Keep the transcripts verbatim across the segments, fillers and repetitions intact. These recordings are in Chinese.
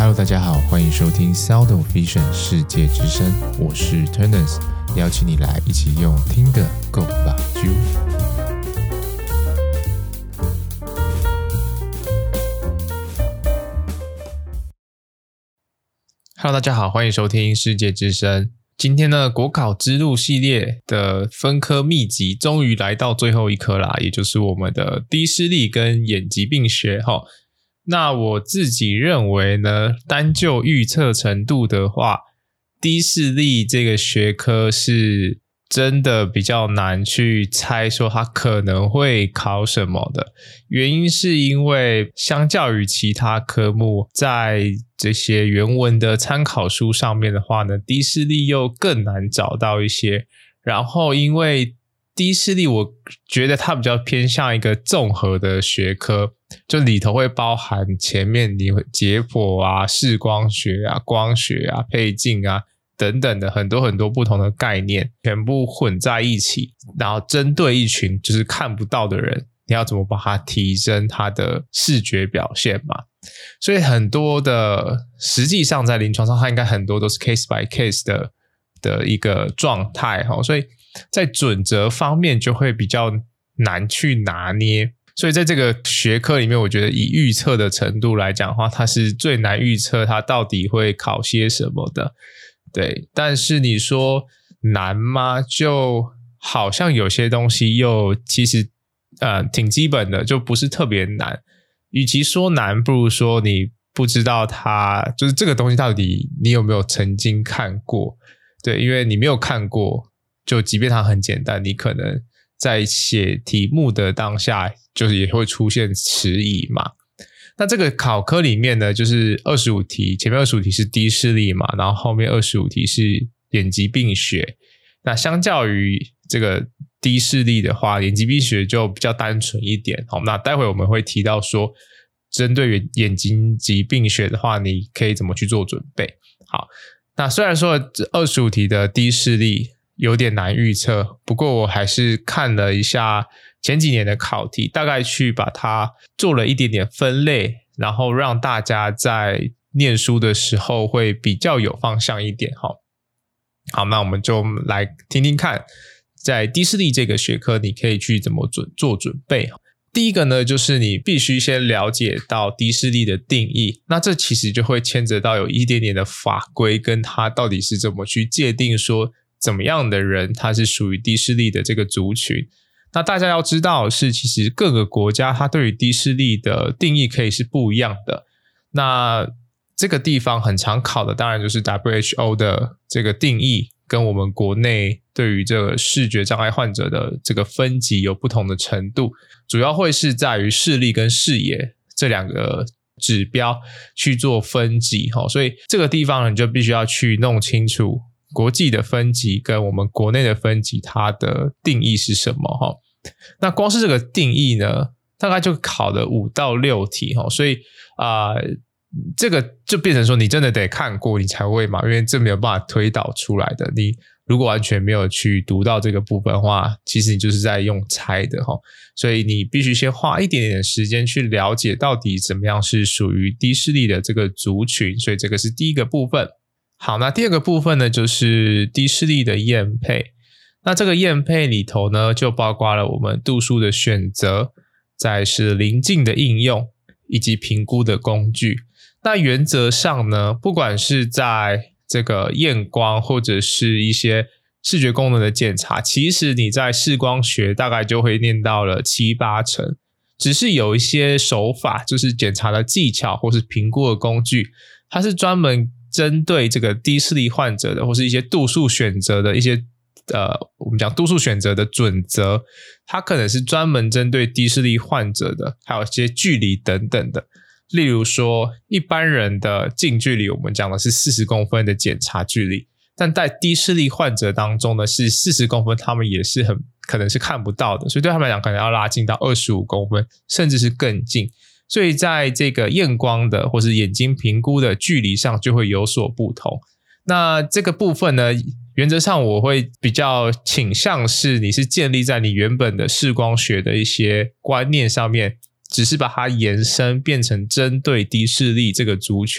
Hello， 大家好，欢迎收听 Sound of Vision 世界之声，我是 Turners， 邀请你来一起用听的 Go 吧啾。Hello， 大家好，欢迎收听世界之声。今天呢，国考之路系列的分科秘籍终于来到最后一科啦，也就是我们的低视力跟眼疾病学齁。那我自己认为呢，单就预测程度的话，低视力这个学科是真的比较难去猜说它可能会考什么的。原因是因为相较于其他科目，在这些原文的参考书上面的话呢，低视力又更难找到一些。然后因为低视力我觉得它比较偏向一个综合的学科，就里头会包含前面你解剖啊、视光学啊、光学啊、配镜啊等等的很多很多不同的概念全部混在一起，然后针对一群就是看不到的人，你要怎么把它提升它的视觉表现嘛。所以很多的实际上在临床上它应该很多都是 case by case 的的一个状态，所以在准则方面就会比较难去拿捏。所以在这个学科里面，我觉得以预测的程度来讲的话，它是最难预测它到底会考些什么的。对，但是你说难吗？就好像有些东西又其实呃挺基本的，就不是特别难。与其说难，不如说你不知道它就是这个东西到底你有没有曾经看过。对，因为你没有看过，就即便它很简单，你可能在写题目的当下就是也会出现迟疑嘛。那这个考科里面呢，就是二十五题，前面二十五题是低视力嘛，然后后面二十五题是眼疾病学。那相较于这个低视力的话，眼疾病学就比较单纯一点。好，那待会我们会提到说，针对眼睛疾病学的话，你可以怎么去做准备。好，那虽然说二十五题的低视力有点难预测，不过我还是看了一下前几年的考题，大概去把它做了一点点分类，然后让大家在念书的时候会比较有方向一点。好，好，那我们就来听听看，在低视力这个学科你可以去怎么准做准备。第一个呢，就是你必须先了解到低视力的定义，那这其实就会牵扯到有一点点的法规跟它到底是怎么去界定说怎么样的人他是属于低视力的这个族群。那大家要知道的是，其实各个国家它对于低视力的定义可以是不一样的。那这个地方很常考的当然就是 W H O 的这个定义跟我们国内对于这个视觉障碍患者的这个分级有不同的程度，主要会是在于视力跟视野这两个指标去做分级。所以这个地方你就必须要去弄清楚国际的分级跟我们国内的分级它的定义是什么。那光是这个定义呢，大概就考了五到六题，所以啊、呃，这个就变成说你真的得看过你才会嘛，因为这没有办法推导出来的。你如果完全没有去读到这个部分的话，其实你就是在用猜的，所以你必须先花一点点的时间去了解到底怎么样是属于低视力的这个族群，所以这个是第一个部分。好，那第二个部分呢，就是低视力的验配。那这个验配里头呢，就包括了我们度数的选择，再是临近的应用，以及评估的工具。那原则上呢，不管是在这个验光或者是一些视觉功能的检查，其实你在视光学大概就会念到了七八成，只是有一些手法，就是检查的技巧或是评估的工具，它是专门针对这个低视力患者的，或是一些度数选择的一些呃，我们讲度数选择的准则，它可能是专门针对低视力患者的，还有一些距离等等的。例如说一般人的近距离我们讲的是四十公分的检查距离，但在低视力患者当中呢，是四十公分他们也是很可能是看不到的，所以对他们来讲可能要拉近到二十五公分甚至是更近。所以在这个验光的或是眼睛评估的距离上就会有所不同。那这个部分呢，原则上我会比较倾向是你是建立在你原本的视光学的一些观念上面，只是把它延伸变成针对低视力这个族群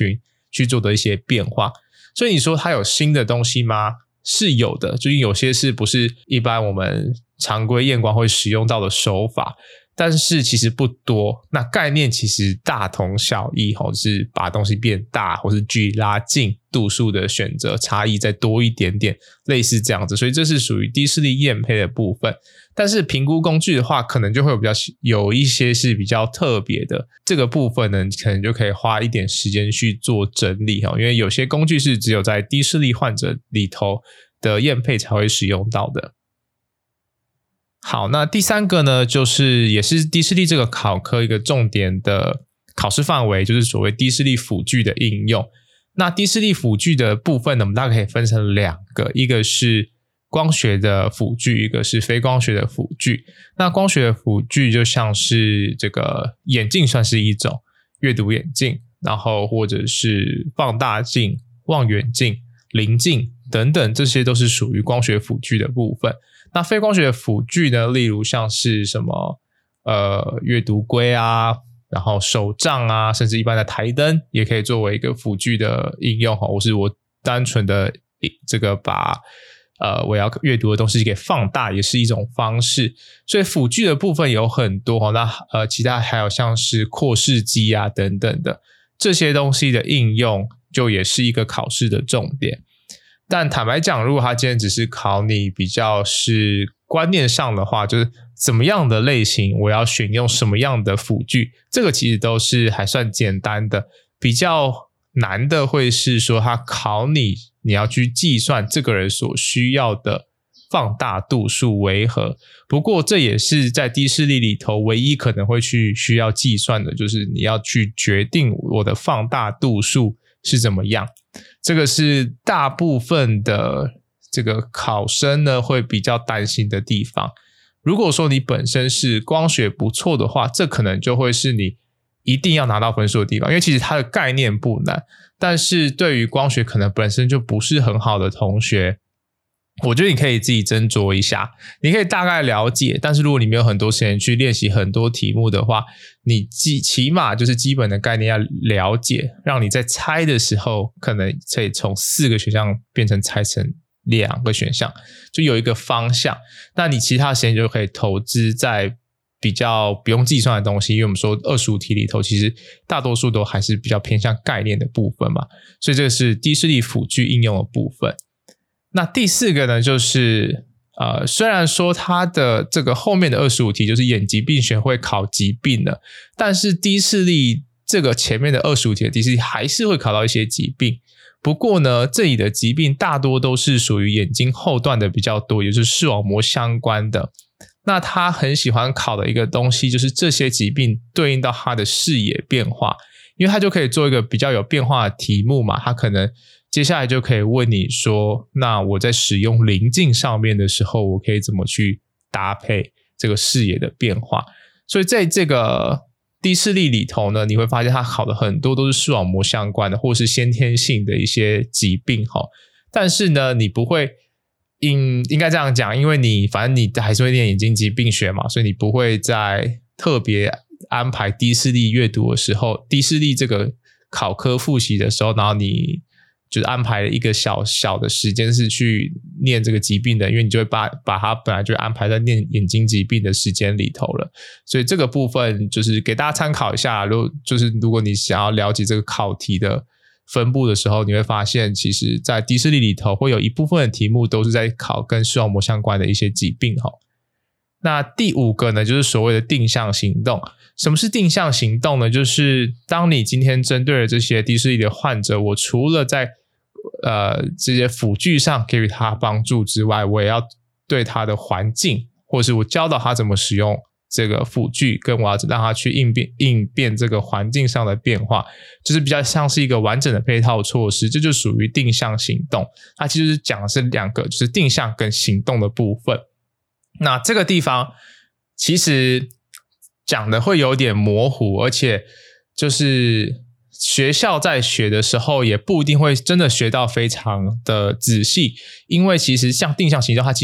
去做的一些变化。所以你说它有新的东西吗？是有的，就是有些是不是一般我们常规验光会使用到的手法，但是其实不多。那概念其实大同小异，是把东西变大或是距离拉近，度数的选择差异再多一点点，类似这样子。所以这是属于低视力验配的部分。但是评估工具的话，可能就会有比较有一些是比较特别的，这个部分呢可能就可以花一点时间去做整理，因为有些工具是只有在低视力患者里头的验配才会使用到的。好，那第三个呢，就是也是低视力这个考科一个重点的考试范围，就是所谓低视力辅具的应用。那低视力辅具的部分呢，我们大概可以分成两个，一个是光学的辅具，一个是非光学的辅具。那光学的辅具就像是这个眼镜算是一种，阅读眼镜，然后或者是放大镜、望远镜、棱镜等等，这些都是属于光学辅具的部分。那非光学的辅具呢，例如像是什么呃阅读龟啊，然后手杖啊，甚至一般的台灯也可以作为一个辅具的应用，或是我单纯的这个把呃我要阅读的东西给放大，也是一种方式。所以辅具的部分有很多，那呃其他还有像是扩视机啊等等的，这些东西的应用就也是一个考试的重点。但坦白讲，如果他今天只是考你比较是观念上的话，就是怎么样的类型我要选用什么样的辅具，这个其实都是还算简单的。比较难的会是说他考你你要去计算这个人所需要的放大度数为何。不过这也是在低视力里头唯一可能会去需要计算的，就是你要去决定我的放大度数是怎么样。这个是大部分的这个考生呢会比较担心的地方。如果说你本身是光学不错的话，这可能就会是你一定要拿到分数的地方，因为其实它的概念不难，但是对于光学可能本身就不是很好的同学，我觉得你可以自己斟酌一下，你可以大概了解，但是如果你没有很多时间去练习很多题目的话，你起码就是基本的概念要了解，让你在猜的时候可能可以从四个选项变成猜成两个选项，就有一个方向。那你其他时间就可以投资在比较不用计算的东西，因为我们说二十五题里头其实大多数都还是比较偏向概念的部分嘛，所以这个是低视力辅具应用的部分。那第四个呢，就是呃，虽然说它的这个后面的二十五题就是眼疾病学会考疾病的，但是低视力这个前面的二十五题的低视力还是会考到一些疾病。不过呢，这里的疾病大多都是属于眼睛后段的比较多，也就是视网膜相关的。那他很喜欢考的一个东西就是这些疾病对应到他的视野变化，因为他就可以做一个比较有变化的题目嘛，他可能接下来就可以问你说，那我在使用棱镜上面的时候，我可以怎么去搭配这个视野的变化。所以在这个低视力里头呢，你会发现它考的很多都是视网膜相关的或是先天性的一些疾病，但是呢你不会应应该这样讲，因为你反正你还是会念眼睛疾病学嘛，所以你不会在特别安排低视力阅读的时候，低视力这个考科复习的时候，然后你就是安排了一个小小的时间是去念这个疾病的，因为你就会把把它本来就安排在念眼睛疾病的时间里头了。所以这个部分就是给大家参考一下，如果就是如果你想要了解这个考题的分布的时候，你会发现其实在低视力里头会有一部分的题目都是在考跟视网膜相关的一些疾病。那第五个呢，就是所谓的定向行动。什么是定向行动呢？就是当你今天针对了这些低视力的患者，我除了在呃这些辅具上给予他帮助之外，我也要对他的环境，或是我教导他怎么使用这个辅具，跟我要让他去应变应变这个环境上的变化，就是比较像是一个完整的配套措施，这就属于定向行动。它其实讲的是两个，就是定向跟行动的部分。那这个地方其实讲的会有点模糊，而且就是学校在学的时候也不一定会真的学到非常的仔细，因为其实像定向行动它其实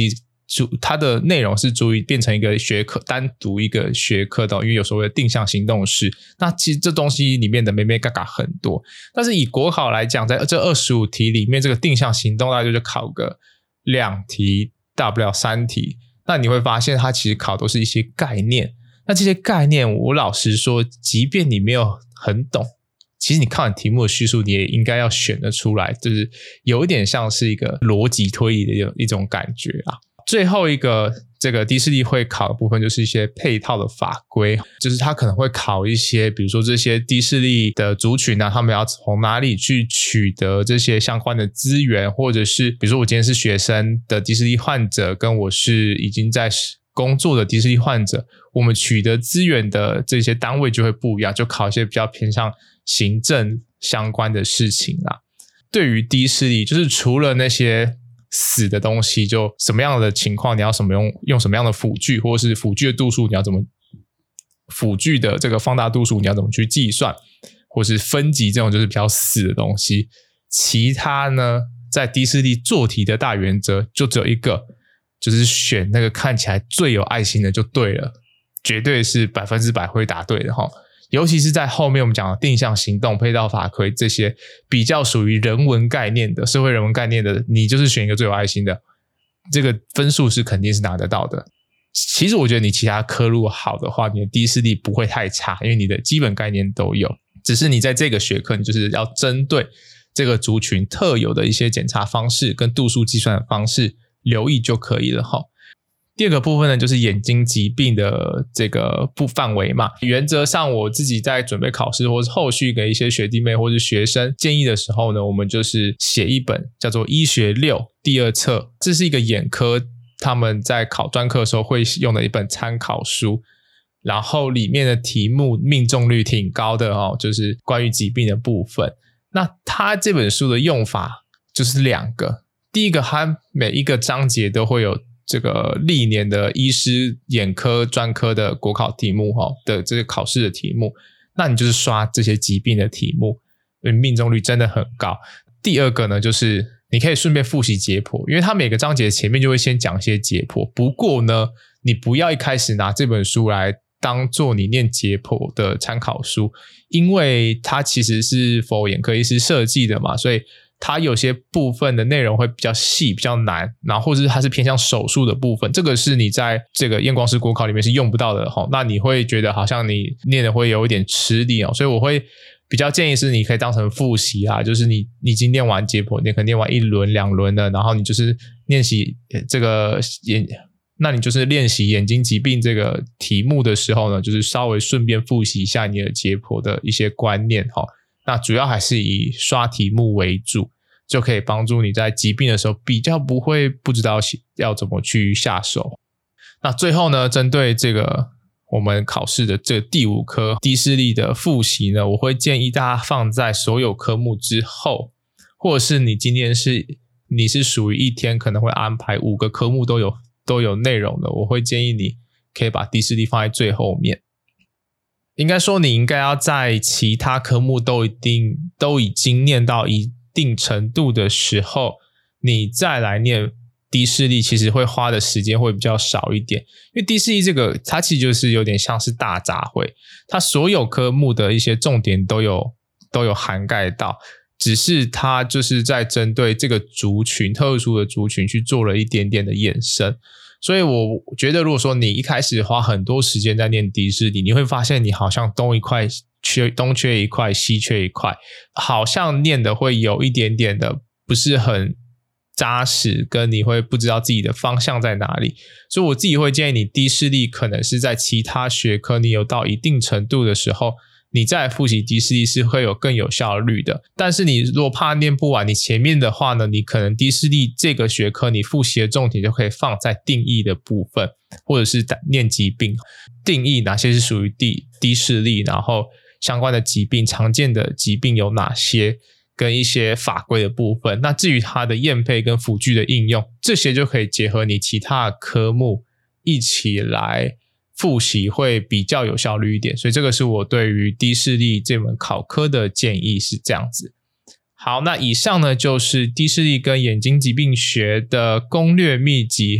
主它的内容是足以变成一个学科，单独一个学科的，因为有所谓的定向行动式。那其实这东西里面的眉眉角角很多，但是以国考来讲，在这二十五题里面，这个定向行动大概就是考个两题，大不了三题。那你会发现它其实考都是一些概念。那这些概念，我老实说，即便你没有很懂，其实你看完题目的叙述，你也应该要选得出来，就是有一点像是一个逻辑推理的一种感觉啊。最后一个这个低视力会考的部分就是一些配套的法规，就是他可能会考一些比如说这些低视力的族群啊，他们要从哪里去取得这些相关的资源，或者是比如说我今天是学生的低视力患者，跟我是已经在工作的低视力患者，我们取得资源的这些单位就会不一样，就考一些比较偏向行政相关的事情啦。对于低视力，就是除了那些死的东西，就什么样的情况你要什么用用什么样的辅具，或是辅具的度数你要怎么辅具的这个放大度数你要怎么去计算，或是分级，这种就是比较死的东西。其他呢，在低视力做题的大原则就只有一个，就是选那个看起来最有爱心的就对了，绝对是百分之百会答对的齁。尤其是在后面我们讲的定向行动、配套法规这些比较属于人文概念的、社会人文概念的，你就是选一个最有爱心的，这个分数是肯定是拿得到的。其实我觉得你其他科如果好的话，你的低视力不会太差，因为你的基本概念都有，只是你在这个学科你就是要针对这个族群特有的一些检查方式跟度数计算的方式留意就可以了齁。第二个部分呢，就是眼睛疾病的这个不范围嘛。原则上我自己在准备考试或是后续给一些学弟妹或是学生建议的时候呢，我们就是写一本叫做医学六第二册，这是一个眼科他们在考专科的时候会用的一本参考书，然后里面的题目命中率挺高的哦，就是关于疾病的部分。那它这本书的用法就是两个，第一个它每一个章节都会有这个历年的医师眼科专科的国考题目的这个考试的题目，那你就是刷这些疾病的题目，命中率真的很高。第二个呢，就是你可以顺便复习解剖，因为它每个章节前面就会先讲一些解剖，不过呢你不要一开始拿这本书来当做你念解剖的参考书，因为它其实是 for 眼科医师设计的嘛，所以它有些部分的内容会比较细比较难，然后或者是它是偏向手术的部分，这个是你在这个验光师国考里面是用不到的齁，那你会觉得好像你念的会有一点吃力哦，所以我会比较建议是你可以当成复习啊，就是你你已经念完解剖，你可能念完一轮两轮的，然后你就是练习这个眼，那你就是练习眼睛疾病这个题目的时候呢，就是稍微顺便复习一下你的解剖的一些观念齁。那主要还是以刷题目为主，就可以帮助你在疾病的时候比较不会不知道要怎么去下手。那最后呢，针对这个我们考试的这个第五科低视力的复习呢，我会建议大家放在所有科目之后，或者是你今天是你是属于一天可能会安排五个科目都有都有内容的，我会建议你可以把低视力放在最后面。应该说你应该要在其他科目都一定都已经念到一定程度的时候，你再来念低视力，其实会花的时间会比较少一点。因为低视力这个它其实就是有点像是大杂烩，它所有科目的一些重点都有都有涵盖到，只是它就是在针对这个族群特殊的族群去做了一点点的延伸。所以我觉得如果说你一开始花很多时间在念低视力，你会发现你好像东一块缺东缺一块西缺一块，好像念的会有一点点的不是很扎实，跟你会不知道自己的方向在哪里。所以我自己会建议你低视力可能是在其他学科你有到一定程度的时候，你再复习低视力是会有更有效率的。但是你如果怕念不完你前面的话呢，你可能低视力这个学科你复习的重点就可以放在定义的部分，或者是念疾病，定义哪些是属于低低视力，然后相关的疾病常见的疾病有哪些，跟一些法规的部分。那至于它的验配跟辅具的应用，这些就可以结合你其他的科目一起来复习，会比较有效率一点。所以这个是我对于低视力这门考科的建议是这样子。好，那以上呢就是低视力跟眼睛疾病学的攻略秘籍。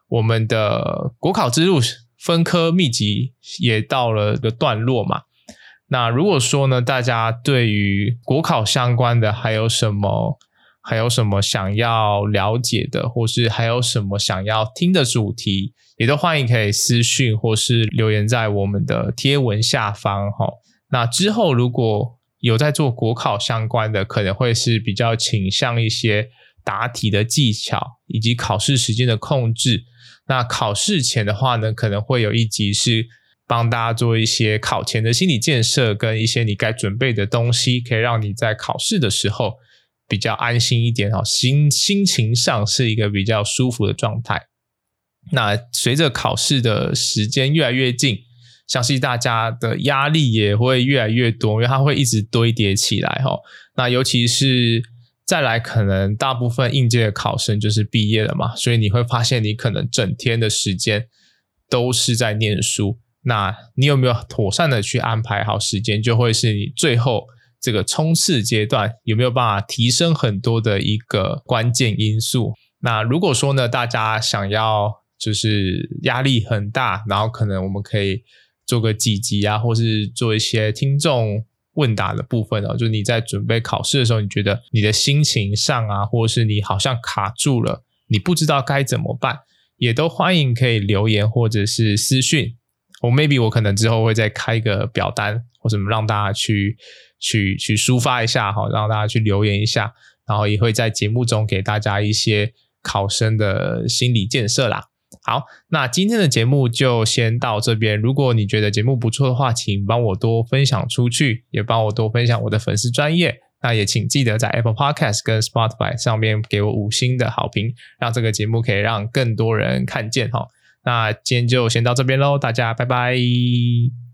我们的国考之路分科秘籍也到了个段落嘛。那如果说呢，大家对于国考相关的还有什么还有什么想要了解的，或是还有什么想要听的主题，也都欢迎可以私讯或是留言在我们的贴文下方齁。那之后如果有在做国考相关的，可能会是比较倾向一些答题的技巧以及考试时间的控制。那考试前的话呢，可能会有一集是帮大家做一些考前的心理建设跟一些你该准备的东西，可以让你在考试的时候比较安心一点，心心情上是一个比较舒服的状态。那随着考试的时间越来越近，相信大家的压力也会越来越多，因为它会一直堆叠起来。那尤其是再来可能大部分应届的考生就是毕业了嘛，所以你会发现你可能整天的时间都是在念书。那你有没有妥善的去安排好时间，就会是你最后这个冲刺阶段有没有办法提升很多的一个关键因素。那如果说呢，大家想要就是压力很大，然后可能我们可以做个几集啊，或是做一些听众问答的部分哦，就是你在准备考试的时候，你觉得你的心情上啊，或是你好像卡住了，你不知道该怎么办，也都欢迎可以留言或者是私讯。我 maybe 我可能之后会再开一个表单或什么让大家去去去抒发一下，让大家去留言一下，然后也会在节目中给大家一些考生的心理建设啦。好，那今天的节目就先到这边。如果你觉得节目不错的话，请帮我多分享出去，也帮我多分享我的粉丝专页。那也请记得在 Apple Podcast 跟 Spotify 上面给我五星的好评，让这个节目可以让更多人看见齁。那今天就先到这边咯，大家拜拜。